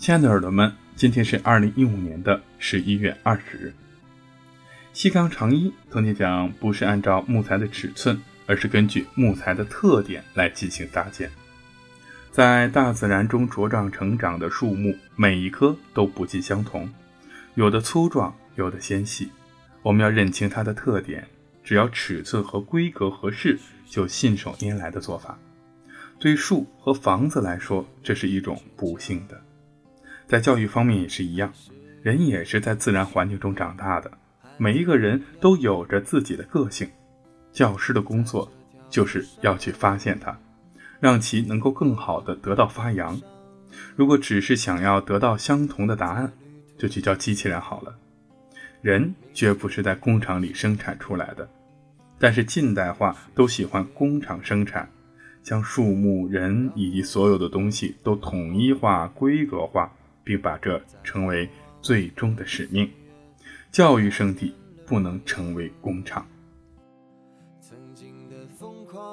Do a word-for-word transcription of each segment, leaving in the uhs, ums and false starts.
亲爱的耳朵们，今天是二零一五年的十一月二十日。西钢长衣曾经讲，不是按照木材的尺寸，而是根据木材的特点来进行搭建。在大自然中茁壮成长的树木，每一棵都不尽相同，有的粗壮，有的纤细。我们要认清它的特点，只要尺寸和规格合适，就信手拈来的做法。对树和房子来说，这是一种不幸的。在教育方面也是一样，人也是在自然环境中长大的，每一个人都有着自己的个性。教师的工作就是要去发现它，让其能够更好的得到发扬。如果只是想要得到相同的答案，就去教机器人好了。人绝不是在工厂里生产出来的，但是近代化都喜欢工厂生产，将树木、人以及所有的东西都统一化、规格化，并把这成为最终的使命。教育圣地不能成为工厂。 曾经的疯狂，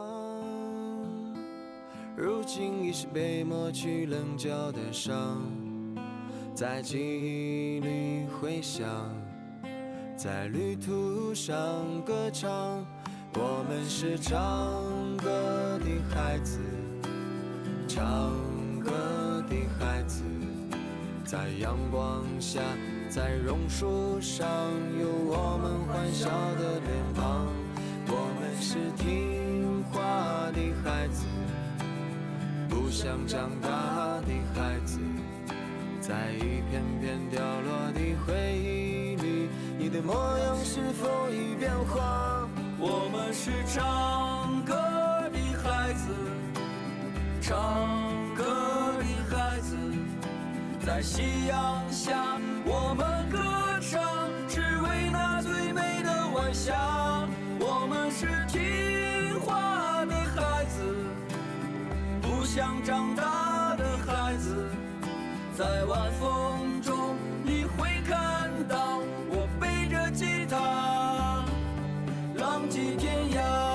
如今已是被抹去棱角的伤，在记忆里回响，在旅途上歌唱。我们是唱歌的孩子，唱歌的孩子，在阳光下，在榕树上，有我们欢笑的脸庞。我们是听话的孩子，不想长大的孩子，在一片片掉落的回忆里，你的模样是否已变化？我们是唱歌的孩子，唱歌的孩子，在夕阳下我们歌唱，只为那最美的晚霞。我们是听话的孩子，不想长大的孩子，在晚风中你会看到我背着吉他浪迹天涯。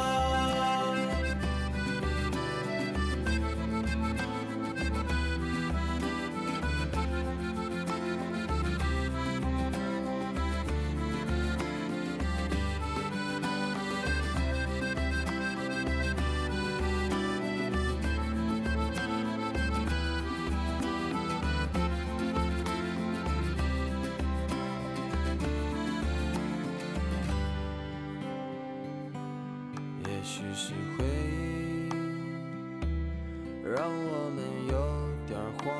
也许是回忆让我们有点慌，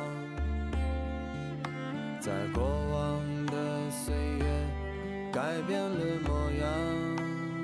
在过往的岁月改变了模样，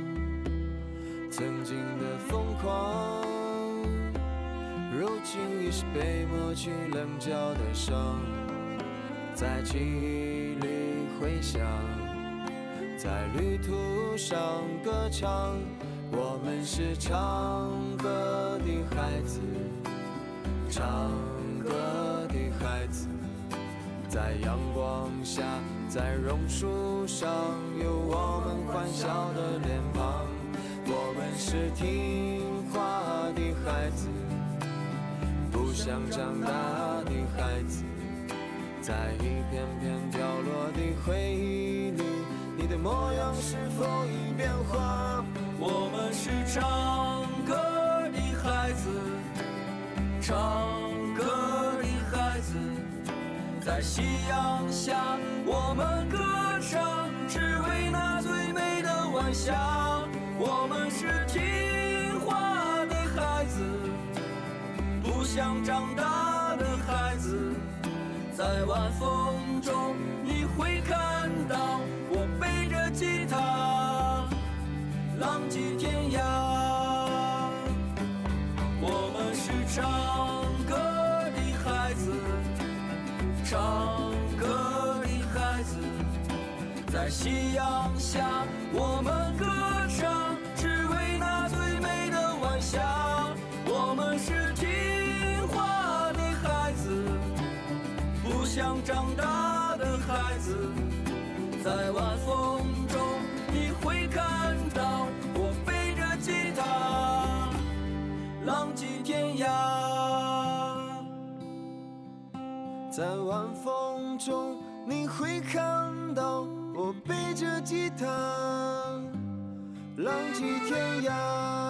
曾经的疯狂如今已是被抹去棱角的伤，在记忆里回响，在旅途上歌唱。我们是唱歌的孩子，唱歌的孩子，在阳光下，在榕树上，有我们欢笑的脸庞。我们是听话的孩子，不想长大的孩子，在一片片掉落的回忆里，你的模样是否已变化？我们是唱歌的孩子，唱歌的孩子，在夕阳下我们歌唱，只为那最美的晚霞。我们是听话的孩子，不想长大的孩子，在晚风中你会看到我背着吉他浪迹天涯。我们是唱歌的孩子，唱歌的孩子，在夕阳下我们歌唱，只为那最美的晚霞。我们是听话的孩子，不想长大的孩子，在晚风中你会看到我背着吉他浪迹天涯。 在晚风中，你会看到我背着吉他，浪迹天涯。